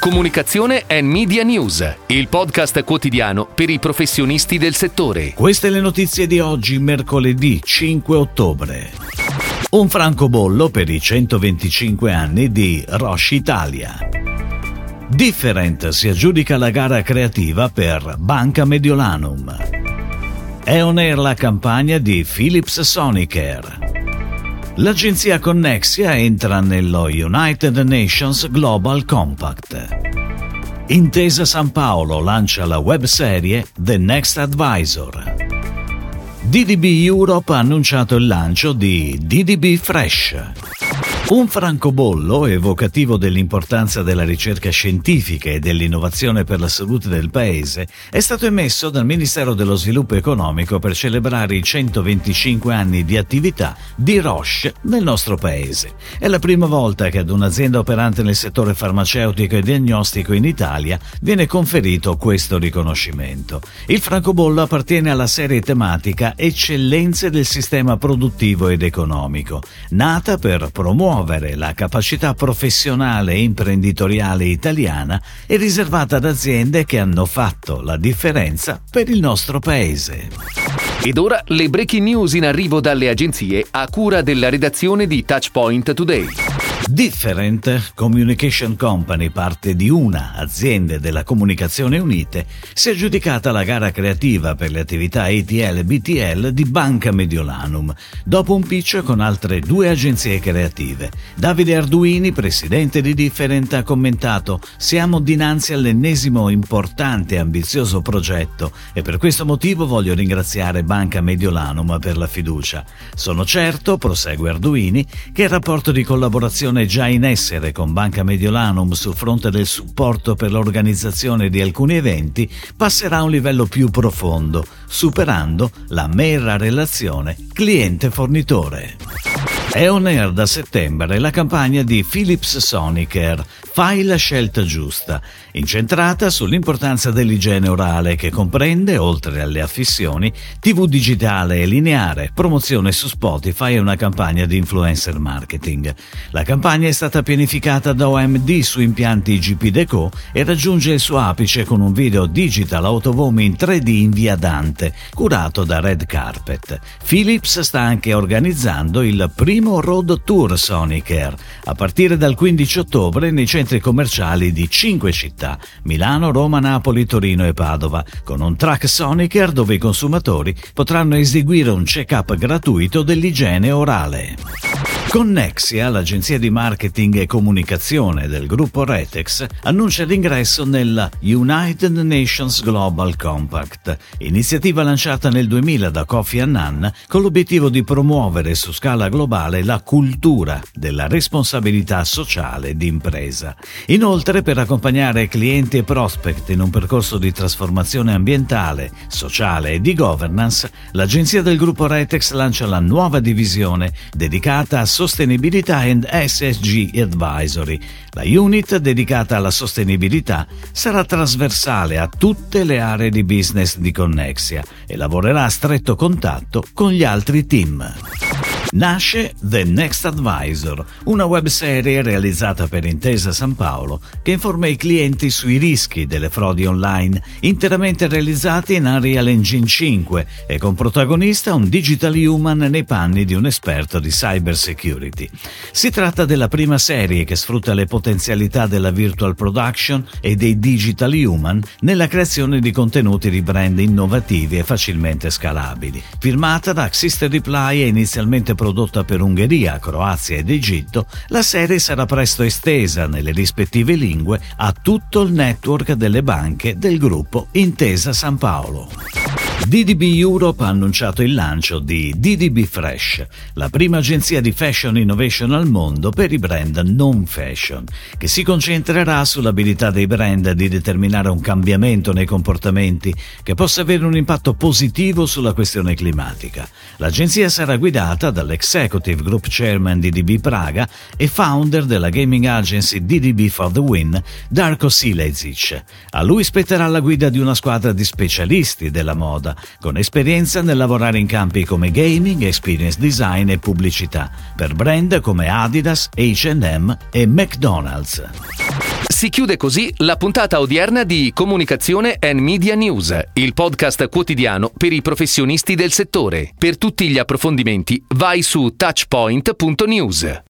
Comunicazione e Media News, il podcast quotidiano per i professionisti del settore. Queste le notizie di oggi, mercoledì 5 ottobre. Un francobollo per i 125 anni di Roche Italia. Different si aggiudica la gara creativa per Banca Mediolanum. È on air la campagna di Philips Sonicare. L'agenzia Connexia entra nello United Nations Global Compact. Intesa San Paolo lancia la webserie The Next Advisor. DDB Europe ha annunciato il lancio di DDB Fresh. Un francobollo evocativo dell'importanza della ricerca scientifica e dell'innovazione per la salute del Paese è stato emesso dal Ministero dello Sviluppo Economico per celebrare i 125 anni di attività di Roche nel nostro Paese. È la prima volta che ad un'azienda operante nel settore farmaceutico e diagnostico in Italia viene conferito questo riconoscimento. Il francobollo appartiene alla serie tematica Eccellenze del sistema produttivo ed economico, nata per promuovere la capacità professionale e imprenditoriale italiana e riservata ad aziende che hanno fatto la differenza per il nostro Paese. Ed ora le breaking news in arrivo dalle agenzie a cura della redazione di Touchpoint Today. Different Communication Company, parte di una aziende della Comunicazione Unite, si è aggiudicata la gara creativa per le attività ATL e BTL di Banca Mediolanum, dopo un pitch con altre due agenzie creative. Davide Arduini, presidente di Different, ha commentato: «Siamo dinanzi all'ennesimo importante e ambizioso progetto e per questo motivo voglio ringraziare Banca Mediolanum per la fiducia. Sono certo», prosegue Arduini, «che il rapporto di collaborazione già in essere con Banca Mediolanum sul fronte del supporto per l'organizzazione di alcuni eventi passerà a un livello più profondo, superando la mera relazione cliente-fornitore». È on air da settembre la campagna di Philips Sonicare, Fai la scelta giusta, incentrata sull'importanza dell'igiene orale che comprende, oltre alle affissioni, TV digitale e lineare, promozione su Spotify e una campagna di influencer marketing. La campagna è stata pianificata da OMD su impianti GP Deco e raggiunge il suo apice con un video digital out of home in 3D in via Dante, curato da Red Carpet. Philips sta anche organizzando il primo Road Tour Sonicare, a partire dal 15 ottobre nei centri commerciali di 5 città: Milano, Roma, Napoli, Torino e Padova, con un track Sonicare dove i consumatori potranno eseguire un check-up gratuito dell'igiene orale. Connexia, l'agenzia di marketing e comunicazione del gruppo Retex, annuncia l'ingresso nella United Nations Global Compact, iniziativa lanciata nel 2000 da Kofi Annan con l'obiettivo di promuovere su scala globale la cultura della responsabilità sociale d'impresa. Inoltre, per accompagnare clienti e prospect in un percorso di trasformazione ambientale, sociale e di governance, l'agenzia del gruppo Retex lancia la nuova divisione dedicata a Sostenibilità and SSG Advisory. La unit dedicata alla sostenibilità sarà trasversale a tutte le aree di business di Connexia e lavorerà a stretto contatto con gli altri team. Nasce The Next Advisor, una webserie realizzata per Intesa San Paolo che informa i clienti sui rischi delle frodi online, interamente realizzati in Unreal Engine 5 e con protagonista un digital human nei panni di un esperto di cyber security. Si tratta della prima serie che sfrutta le potenzialità della virtual production e dei digital human nella creazione di contenuti di brand innovativi e facilmente scalabili. Firmata da Sister Reply e inizialmente prodotta per Ungheria, Croazia ed Egitto, la serie sarà presto estesa nelle rispettive lingue a tutto il network delle banche del gruppo Intesa San Paolo. DDB Europe ha annunciato il lancio di DDB Fresh, la prima agenzia di fashion innovation al mondo per i brand non fashion, che si concentrerà sull'abilità dei brand di determinare un cambiamento nei comportamenti che possa avere un impatto positivo sulla questione climatica. L'agenzia sarà guidata dall'Executive Group Chairman di DDB Praga e founder della gaming agency DDB for the Win, Darko Silezic. A lui spetterà la guida di una squadra di specialisti della moda moda, con esperienza nel lavorare in campi come gaming, experience design e pubblicità, per brand come Adidas, H&M e McDonald's. Si chiude così la puntata odierna di Comunicazione and Media News, il podcast quotidiano per i professionisti del settore. Per tutti gli approfondimenti vai su touchpoint.news.